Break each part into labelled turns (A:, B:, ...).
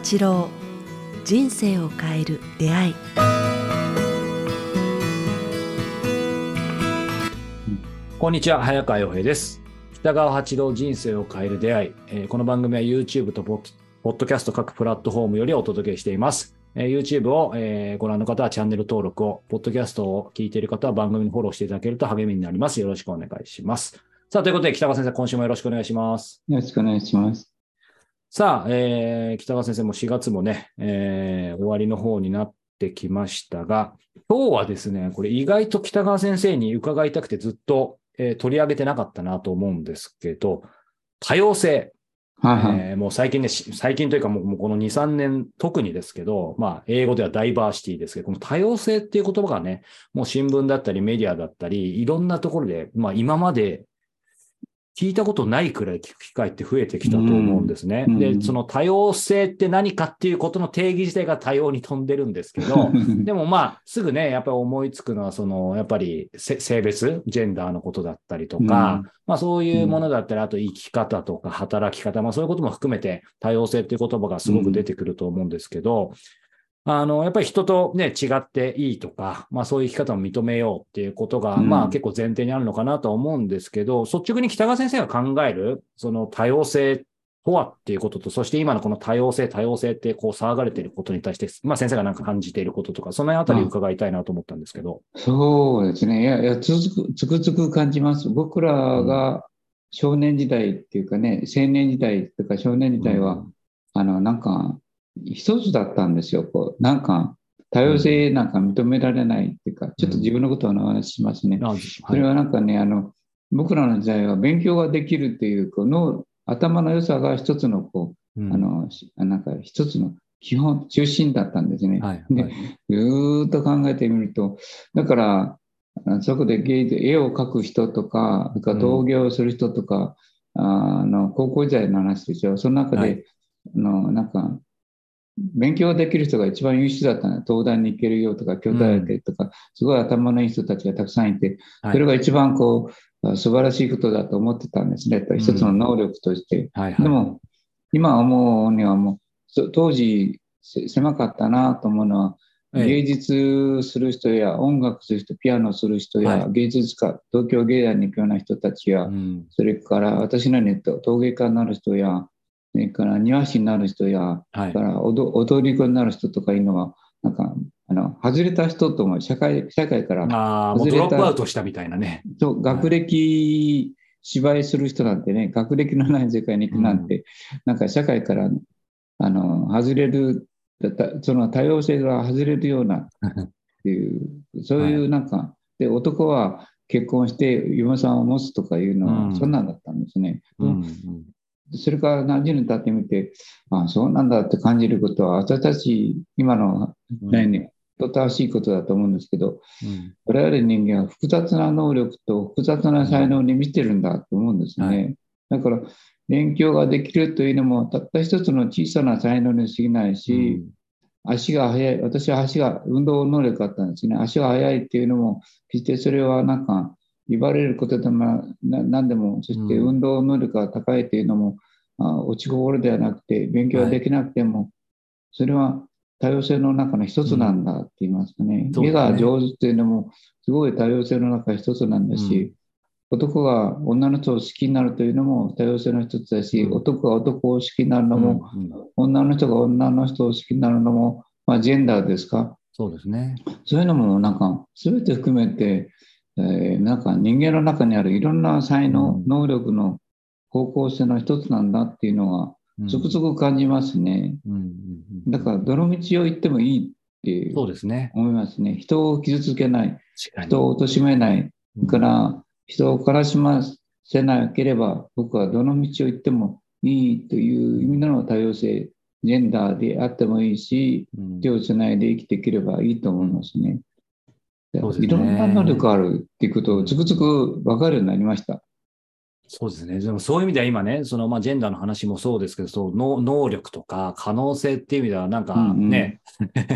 A: 八郎、人生を変える出会い。
B: こんにちは、早川洋平です。北川八郎、人生を変える出会い。この番組は YouTube とポッドキャスト各プラットフォームよりお届けしています。YouTube を、ご覧の方はチャンネル登録を、ポッドキャストを聞いている方は番組にフォローしていただけると励みになります。よろしくお願いします。さあ、ということで北川先生、今週もよろしくお願いします。
C: よろしくお願いします。
B: さあ、北川先生も4月もね、終わりの方になってきましたが、今日はですね、これ意外と北川先生に伺いたくてずっと、取り上げてなかったなと思うんですけど、多様性。もう最近ね、最近というかもうこの2、3年特にですけど、まあ英語ではダイバーシティですけど、この多様性っていう言葉がね、もう新聞だったりメディアだったり、いろんなところで、まあ今まで聞いたことないくらい聞く機会って増えてきたと思うんですね。で、その多様性って何かっていうことの定義自体が多様に飛んでるんですけど、でもまあ、すぐね、やっぱり思いつくのは、やっぱり性別、ジェンダーのことだったりとか、まあそういうものだったり、あと生き方とか働き方、まあそういうことも含めて多様性っていう言葉がすごく出てくると思うんですけど、やっぱり人とね、違っていいとか、まあそういう生き方を認めようっていうことが、まあ結構前提にあるのかなとは思うんですけど、率直に北川先生が考える、その多様性とはっていうことと、そして今のこの多様性ってこう騒がれていることに対して、まあ先生がなんか感じていることとか、そのあたり伺いたいなと思ったんですけど。
C: そうですね。いや、つくづく感じます。僕らが少年時代っていうかね、青年時代とか少年時代は、なんか、一つだったんですよ。こうなんか多様性なんか認められないっていうか、ちょっと自分のことを話しますね。それはなんかね、僕らの時代は勉強ができるっていう、この頭の良さが一つのこう、なんか一つの基本、中心だったんですね。で、ずーっと考えてみると、だから、そこで絵を描く人とか、陶芸をする人とか、高校時代の話でしょ。その中で、なんか、勉強できる人が一番優秀だったのは東大に行けるよとか京大に行けるとか、すごい頭のいい人たちがたくさんいて、それが一番こう素晴らしいことだと思ってたんですね。一つの能力として。でも今思うにはもう当時狭かったなと思うのは、芸術する人や音楽する人、ピアノする人や芸術家、東京芸大に行くような人たちや、それから私の陶芸家になる人や、それから庭師になる人や、から踊り子になる人とかいうのは、なんか、外れた人とも社会から
B: もうドロップアウトしたみたいなね。
C: 学歴、芝居する人なんてね、学歴のない世界に行くなんて、なんか社会から外れる、その多様性が外れるようなっていう、そういうなんか、で、男は結婚して嫁さんを持つとかいうのは、そんなんだったんですね。それから何十年経ってみて、そうなんだって感じることは、私たち今の来年、とてもしいことだと思うんですけど、我々人間は複雑な能力と複雑な才能に満ちてるんだと思うんですね。だから、勉強ができるというのも、たった一つの小さな才能に過ぎないし、足が速い、私は運動能力あったんですね。足が速いっていうのも、決してそれはなんか、言われることでも何でも、そして運動能力が高いというのも、落ちこぼれではなくて、勉強ができなくても、それは多様性の中の一つなんだって言いますかね。絵が上手っていうのも、すごい多様性の中の一つなんだし、男が女の人を好きになるというのも多様性の一つだし、男が男を好きになるのも、女の人が女の人を好きになるのも、ジェンダーですか。
B: そうですね。
C: そういうのもなんか、全て含めて、なんか人間の中にあるいろんな才能、能力の方向性の一つなんだっていうのは、つくづく感じますね。だから、どの道を行ってもいいって思いますね。人を傷つけない、人を貶めない、から人を悲しませなければ、僕はどの道を行ってもいいという意味での多様性、ジェンダーであってもいいし、手をつないで生きていければいいと思いますね。いろんな能力があるっていうことをつくづく分かるようになりました。
B: そうですね。でもそういう意味では今ね、ジェンダーの話もそうですけど、能力とか可能性っていう意味ではなんかね、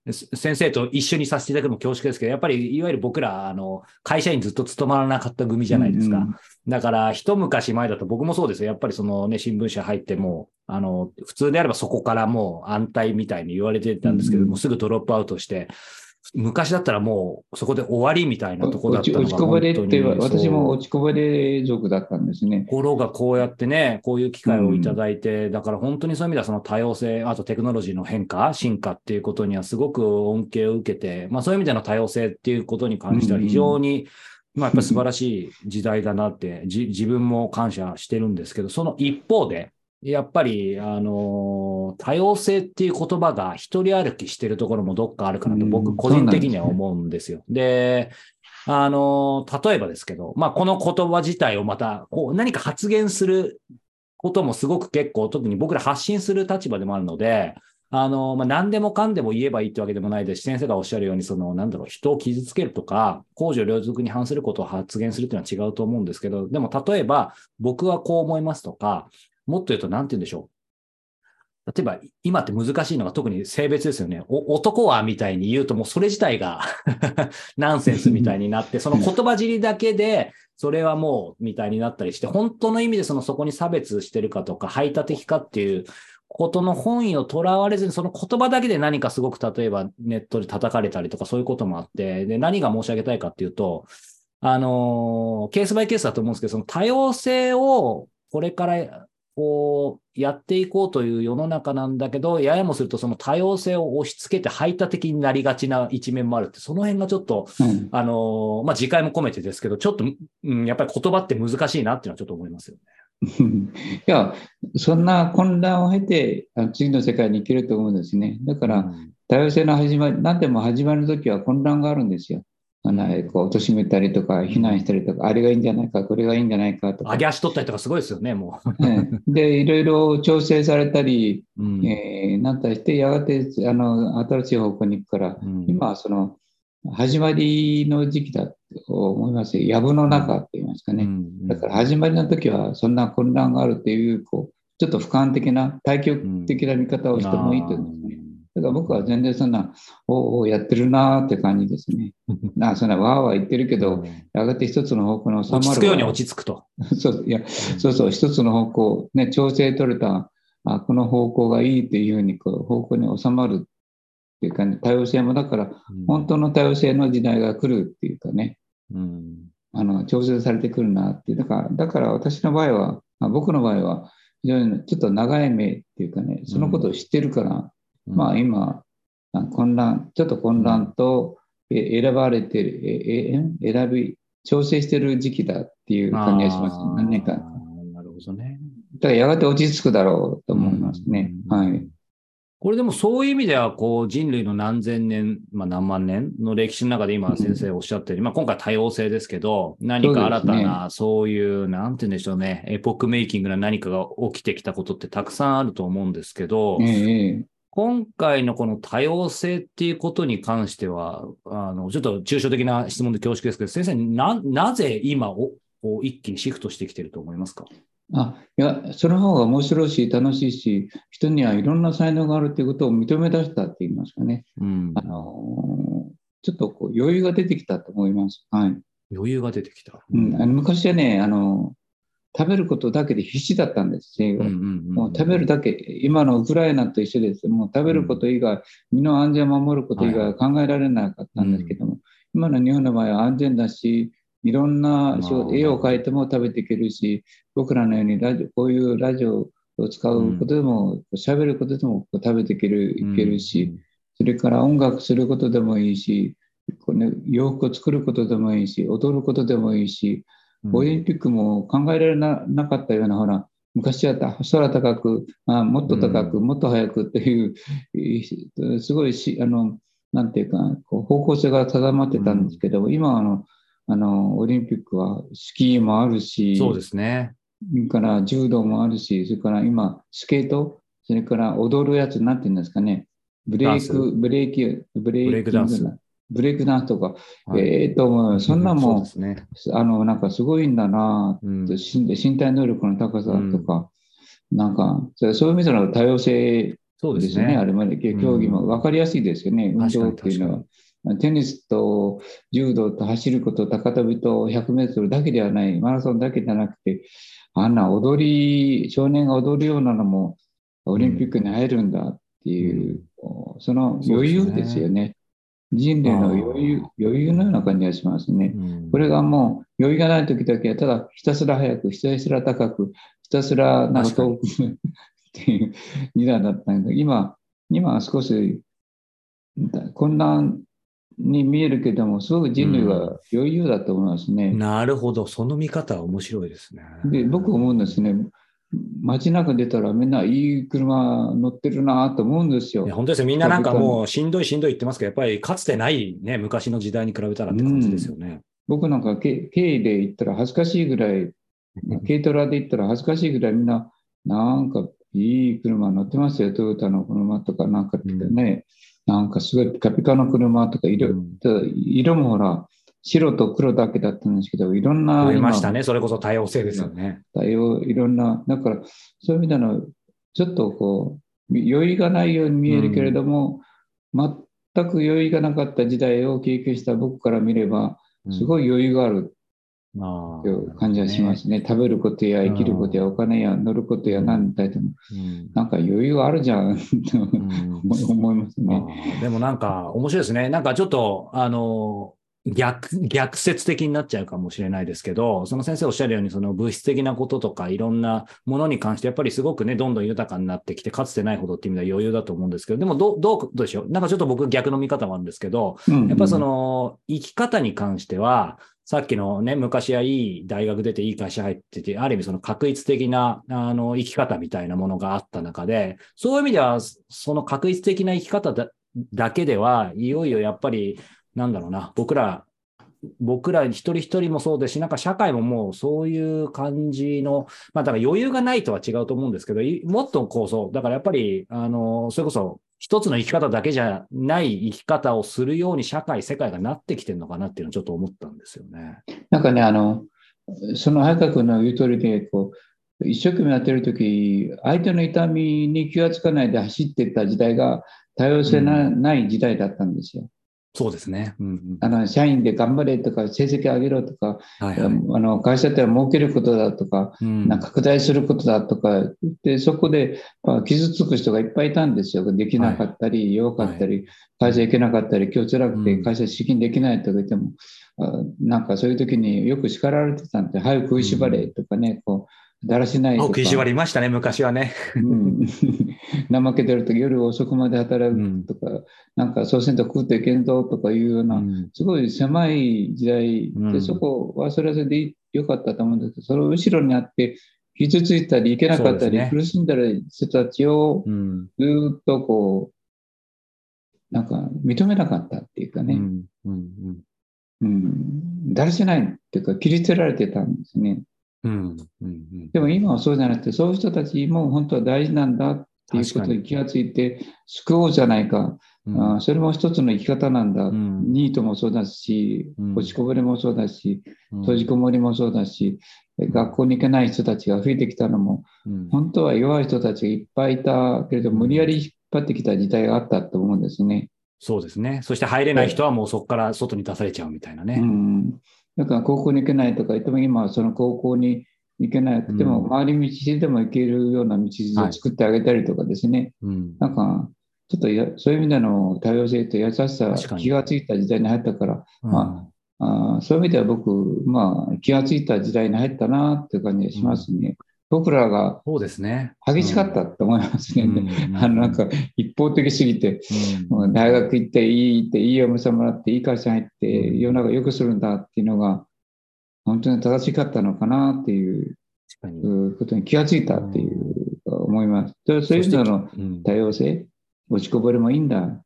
B: 先生と一緒にさせていただくのも恐縮ですけど、やっぱりいわゆる僕ら、会社員ずっと勤まらなかった組じゃないですか。だから、一昔前だと僕もそうですよ。やっぱりそのね、新聞社入っても、普通であればそこからもう安泰みたいに言われてたんですけども、すぐドロップアウトして、昔だったらもうそこで終わりみたいなところだったのが
C: 落ちこぼれって、私も落ちこぼれ族だったんですね。
B: ところがこうやってね、こういう機会をいただいて、だから本当にそういう意味ではその多様性、あとテクノロジーの変化、進化っていうことにはすごく恩恵を受けて、そういう意味での多様性っていうことに関しては非常に、やっぱり素晴らしい時代だなって自分も感謝してるんですけど、その一方で、やっぱり、多様性っていう言葉が一人歩きしてるところもどっかあるかなと僕個人的には思うんですよ。で、例えばですけど、この言葉自体をまた、何か発言することもすごく結構、特に僕ら発信する立場でもあるので、何でもかんでも言えばいいってわけでもないですし、先生がおっしゃるように、人を傷つけるとか、公序良俗に反することを発言するっていうのは違うと思うんですけど、でも例えば、僕はこう思いますとか、もっと言うと、なんて言うんでしょう。例えば、今って難しいのが特に性別ですよね。男はみたいに言うと、もうそれ自体がナンセンスみたいになって、その言葉尻だけで、それはもうみたいになったりして、本当の意味でそこに差別してるかとか、排他的かっていうことの本意をとらわれずに、その言葉だけで何かすごく例えばネットで叩かれたりとかそういうこともあって、で、何が申し上げたいかっていうと、ケースバイケースだと思うんですけど、その多様性をこれからやっていこうという世の中なんだけど、ややもするとその多様性を押し付けて排他的になりがちな一面もあるって、その辺がちょっと、自戒も込めてですけど、ちょっと、やっぱり言葉って難しいなっていうのはちょっと思いますよ
C: ね。いや、そんな混乱を経て、次の世界に生きると思うんですね。だから、多様性の始まり、何でも始まるときは混乱があるんですよ。貶めたりとか、非難したりとか、あれがいいんじゃないか、これがいいんじゃないかとか。
B: 上げ足取ったりとかすごいですよね、も
C: う。で、いろいろ調整されたり、なったりして、やがて新しい方向に行くから、今はその、始まりの時期だと思いますよ。藪の中って言いますかね。だから始まりの時はそんな混乱があるっていう、ちょっと俯瞰的な、対極的な見方をしてもいいと思うんですね。だから僕は全然そんな、やってるなーって感じですね。そんなわーわー言ってるけど、やがて一つの方向に収まる。
B: 落ち着くように落ち着くと。
C: そう、一つの方向、ね、調整取れた、この方向がいいというふうに、方向に収まるっていうかね、多様性もだから、本当の多様性の時代が来るっていうかね、調整されてくるなっていう。だから私の場合は、僕の場合は、非常にちょっと長い目っていうかね、そのことを知ってるから、今、ちょっと混乱と選び、調整してる時期だっていう感じがします。何年間か。
B: なるほどね。
C: だからやがて落ち着くだろうと思いますね。はい。
B: これでもそういう意味では、人類の何千年、何万年の歴史の中で今先生おっしゃったように、今回多様性ですけど、何か新たな、そういう、なんて言うんでしょうね、エポックメイキングな何かが起きてきたことってたくさんあると思うんですけど、今回のこの多様性っていうことに関しては、ちょっと抽象的な質問で恐縮ですけど、先生、なぜ今一気にシフトしてきてると思いますか？
C: いや、その方が面白いし、楽しいし、人にはいろんな才能があるということを認め出したって言いますかね。ちょっと余裕が出てきたと思います。はい。
B: 余裕が出てきた。
C: 昔はね、食べることだけで必死だったんです、もう食べるだけ、今のウクライナと一緒です。もう食べること以外、身の安全を守ること以外は考えられなかったんですけども、今の日本の場合は安全だし、いろんな絵を描いても食べていけるし、僕らのようにこういうラジオを使うことでも、喋ることでも食べていけるし、それから音楽することでもいいし、洋服を作ることでもいいし、踊ることでもいいし、オリンピックも考えられなかったような、ほら、昔は空高く、もっと高く、もっと速くっていう、すごいなんていうか、方向性が定まってたんですけど、今オリンピックはスキーもあるし、
B: そうですね。
C: それから柔道もあるし、それから今、スケート、それから踊るやつ、なんていうんですかね、ブレイクダンス。ブレイクダンスとか、そんなもん、なんかすごいんだな、身体能力の高さとか、なんか、そういう意味での多様性ですね。
B: そうですね。
C: あれまで競技も分かりやすいですよね。運動っていうのは。テニスと柔道と走ること、高跳びと100メートルだけではない、マラソンだけじゃなくて、あんな少年が踊るようなのもオリンピックに入るんだっていう、その余裕ですよね。人類の余裕のような感じがしますね。これがもう余裕がない時だけは、ただひたすら速く、ひたすら高く、ひたすらなんか遠くっていう時代だったんだけど、今は少し混乱に見えるけども、すごく人類は余裕だと思いますね。
B: なるほど。その見方は面白いですね。
C: で、僕思うんですね。街中出たらみんないい車乗ってるなと思うんですよ。
B: 本当ですよ。みんななんかもうしんどい言ってますけど、やっぱりかつてないね、昔の時代に比べたらって感じですよね。
C: 僕なんか軽で行ったら恥ずかしいぐらい、軽トラで行ったら恥ずかしいぐらいみんな、なんかいい車乗ってますよ。トヨタの車とかなんかね、なんかすごいピカピカの車とか色もほら、白と黒だけだったんですけど、いろんな。
B: 増えましたね。それこそ多様性ですよね。
C: いろんな、だからそういう意味での、ちょっとこう、余裕がないように見えるけれども、全く余裕がなかった時代を経験した僕から見れば、すごい余裕があるという感じがしますね。食べることや生きることやお金や乗ることや何だとも、なんか余裕あるじゃんと思いますね。
B: でもなんか面白いですね。なんかちょっと、逆説的になっちゃうかもしれないですけど、その先生おっしゃるように、その物質的なこととかいろんなものに関して、やっぱりすごくね、どんどん豊かになってきて、かつてないほどっていう意味では余裕だと思うんですけど、でもどうでしょう。なんかちょっと僕逆の見方もあるんですけど、やっぱその生き方に関しては、さっきのね、昔はいい大学出ていい会社入ってて、ある意味その確一的な、生き方みたいなものがあった中で、そういう意味では、その確一的な生き方だけでは、いよいよやっぱり、なんだろうな、僕ら一人一人もそうですし、なんか社会ももうそういう感じの、だから余裕がないとは違うと思うんですけど、もっとだからやっぱり、それこそ一つの生き方だけじゃない生き方をするように世界がなってきてるのかなっていうのをちょっと思ったんですよね。
C: なんかね、その早川君の言う通りで、一生懸命やってるとき、相手の痛みに気がつかないで走っていった時代が多様性ない時代だったんですよ。
B: そうですね。
C: 社員で頑張れとか、成績上げろとか、会社では儲けることだとか、拡大することだとか、でそこで傷つく人がいっぱいいたんですよ。できなかったり、弱かったり、会社行けなかったり、今日辛くて会社資金できないとか言っても、なんかそういう時によく叱られてたんで、早く食いしばれとかね、だらしないとか。
B: 食いしばりましたね、昔はね。
C: 怠けてると夜遅くまで働くとか、なんかそうせんと食うといけんぞとかいうような、すごい狭い時代で、そこはそれはそれでよかったと思うんですけど、その後ろにあって、傷ついたり、いけなかったり、苦しんだり人たちをずっとなんか認めなかったっていうかね、だらしないっていうか、切り捨てられてたんですね。でも今はそうじゃなくて、そういう人たちも本当は大事なんだっていうことに気がついて、救おうじゃないか。それも一つの生き方なんだ。ニートもそうだし、落ちこぼれもそうだし、閉じこもりもそうだし、学校に行けない人たちが増えてきたのも、本当は弱い人たちがいっぱいいたけれど、無理やり引っ張ってきた時代があったと思うんですね。
B: そうですね。そして入れない人はもうそこから外に出されちゃうみたいなね。
C: だから高校に行けないとか言っても、今はその高校に行けなくても、回り道でも行けるような道筋を作ってあげたりとかですね。なんか、ちょっとそういう意味での多様性と優しさ、気がついた時代に入ったから、そういう意味では僕、気がついた時代に入ったなっていう感じがしますね。僕らが激しかったと思いますね。なんか一方的すぎて、大学行っていいお店もらっていい会社入って世の中良くするんだっていうのが本当に正しかったのかなっていうことに気がついたっていう思います。そういうの多様性、落ちこぼれもいいんだ。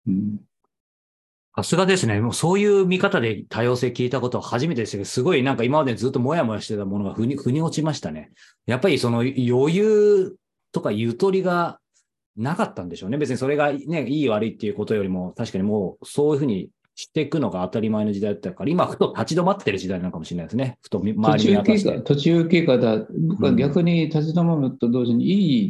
B: さすがですね。もうそういう見方で多様性聞いたことは初めてですけど、すごいなんか今までずっともやもやしてたものが腑に落ちましたね。やっぱりその余裕とかゆとりがなかったんでしょうね。別にそれがね、いい悪いっていうことよりも、確かにもうそういうふうにしていくのが当たり前の時代だったから、今ふと立ち止まってる時代なのかもしれないですね。ふと周りに
C: 途中経過だ。僕は逆に立ち止まると同時にいい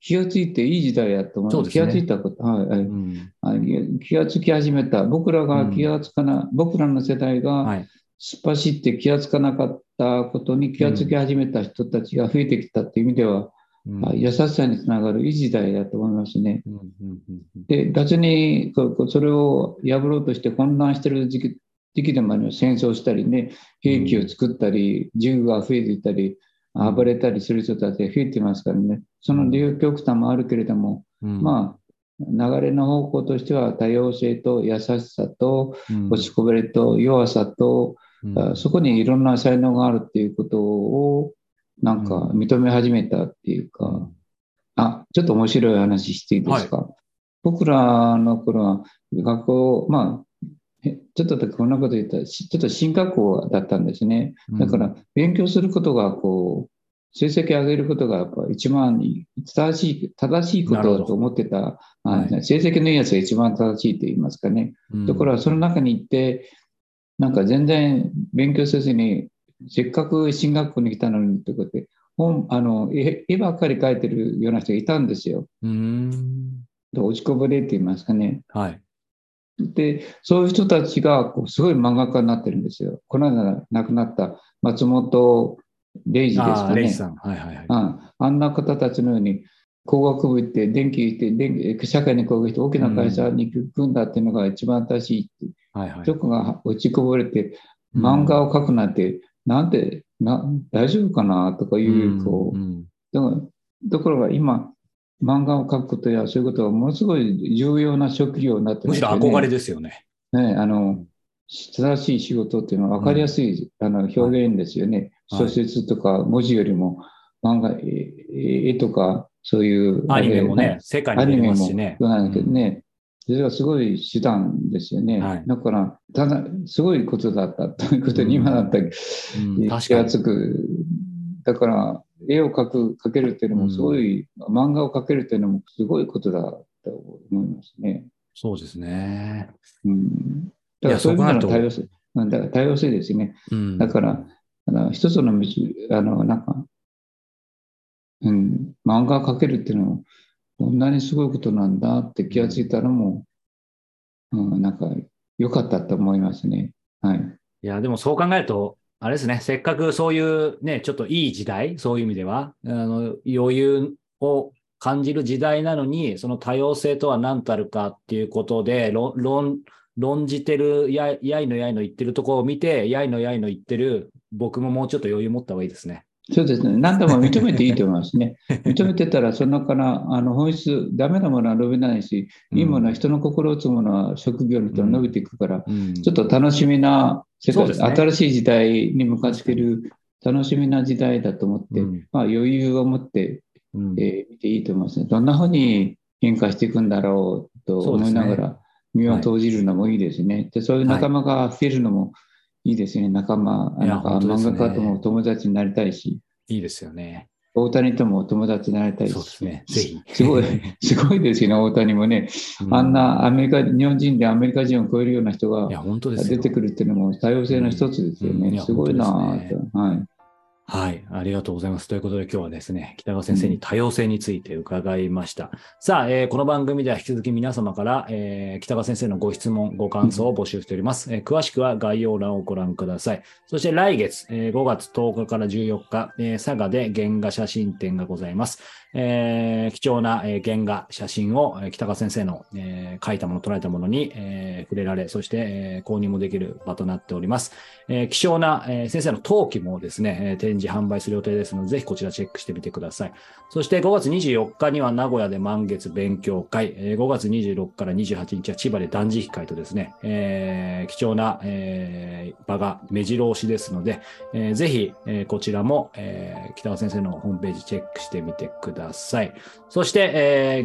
C: 気がついていい時代やと思います。気がついたこと、気がつき始めた。僕らが気がつかな、僕らの世代が突っ走って気がつかなかったことに気がつき始めた人たちが増えてきたっていう意味では、優しさにつながるいい時代だと思いますね。で、別にそれを破ろうとして混乱している時期でもあります。戦争したりね、兵器を作ったり、銃が増えていたり、暴れたりする人たちが増えていますからね。その両極端もあるけれども、まあ、流れの方向としては多様性と優しさと落ちこぼれと弱さと、そこにいろんな才能があるっていうことをなんか認め始めたっていうか、ちょっと面白い話していいですか。僕らの頃は学校、ちょっとだけこんなこと言ったら、ちょっと進学校だったんですね。だから勉強することが成績上げることがやっぱ一番正しいことだと思ってた。成績のいいやつが一番正しいと言いますかね。だからその中に行って、なんか全然勉強せずに、せっかく進学校に来たのにってことで、絵ばっかり描いてるような人がいたんですよ。落ちこぼれって言いますかね。で、そういう人たちがすごい漫画家になってるんですよ。この間亡くなった松本零士ですかね。
B: 零士さん。
C: あんな方たちのように工学部行って電気行って社会に貢献して大きな会社に行くんだっていうのが一番正しいって。そこが落ちこぼれて漫画を描くなんて、大丈夫かなとかいうところが今漫画を描くことやそういうことはものすごい重要な職業になってるんですよね。
B: むしろ憧れですよね。
C: 正しい仕事っていうのは分かりやすい表現ですよね。小説とか文字よりも漫画、絵とかそういう
B: アニメもね、世界に出てますしね。
C: なんだけどね、それがすごい手段ですよね。だから、すごいことだったということに今だったら気がつく。だから、絵を描けるっていうのもすごい、漫画を描けるっていうのもすごいことだと思いますね。
B: そうですね。
C: だからそういう意味での多様性。だから多様性ですね。だから、一つの道、漫画を描けるっていうのも、こんなにすごいことなんだって気がついたのも、良かったと思いますね。
B: いや、でもそう考えると、あれですね、せっかくそういうね、ちょっといい時代、そういう意味では、余裕を感じる時代なのに、その多様性とは何たるかっていうことで、論じてる、やいの言ってるところを見て、やいの言ってる、僕ももうちょっと余裕持った方がいいですね。
C: そうですね。何でも認めていいと思いますね。認めてたら、そのから本質、ダメなものは伸びないし、いいものは人の心を打つものは職業の人は伸びていくから、ちょっと楽しみな世界、新しい時代に向かっている楽しみな時代だと思って、余裕を持って見ていいと思いますね。どんなふうに変化していくんだろうと思いながら、身を投じるのもいいですね。で、そういう仲間が増えるのもいいですね。漫画家とも友達になりたいし。
B: いいですよね。
C: 大谷とも友達になりたいし。
B: そうですね。ぜひ。
C: すごいですよね、大谷もね。あんな日本人でアメリカ人を超えるような人が出てくるっていうのも多様性の一つですよね。すごいなぁと。
B: はい。ありがとうございます。ということで今日はですね、北川先生に多様性について伺いました。さあ、この番組では引き続き皆様から、北川先生のご質問、ご感想を募集しております。詳しくは概要欄をご覧ください。そして来月、5月10日から14日、佐賀で原画写真展がございます。貴重な、原画、写真を北川先生の、描いたもの、捉えたものに、触れられ、そして、購入もできる場となっております。希少な、先生の陶器もですね、展示販売する予定ですので、ぜひこちらチェックしてみてください。そして5月24日には名古屋で満月勉強会、5月26から28日は千葉で断食会とですね、貴重な、場が目白押しですので、ぜひ、こちらも、北川先生のホームページチェックしてみてください。そして、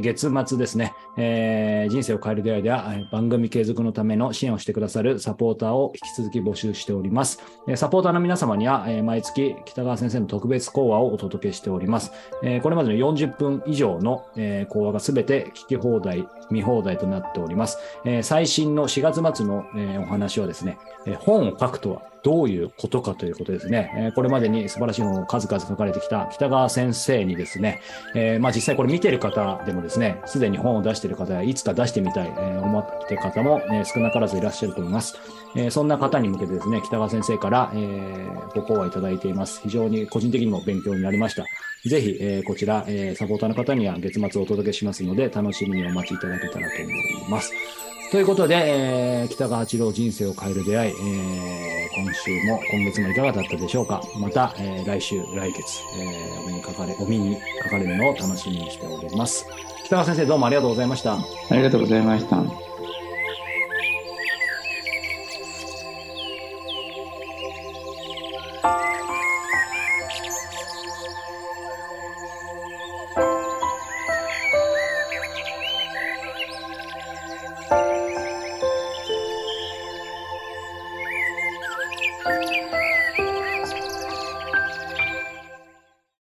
B: 月末ですね、人生を変える出会いでは番組継続のための支援をしてくださるサポーターを引き続き募集しております。サポーターの皆様には、毎月北川先生の特別講話をお届けしております。これまでの40分以上の、講話がすべて聞き放題、見放題となっております。最新の4月末の、お話はですね、本を書く学とはどういうことかということですね。これまでに素晴らしい本を数々書かれてきた北川先生にですね、実際これ見てる方でもですね、すでに本を出している方やいつか出してみたい、思っている方も、少なからずいらっしゃると思います。そんな方に向けてですね、北川先生から、ご講話いただいています。非常に個人的にも勉強になりました。ぜひ、こちら、サポーターの方には月末お届けしますので、楽しみにお待ちいただけたらと思います。ということで、北川八郎人生を変える出会い、今月もいかがだったでしょうか。また、来週、来月、お目にかかれるのを楽しみにしております。北川先生、どうもありがとうございました。
C: ありがとうございました。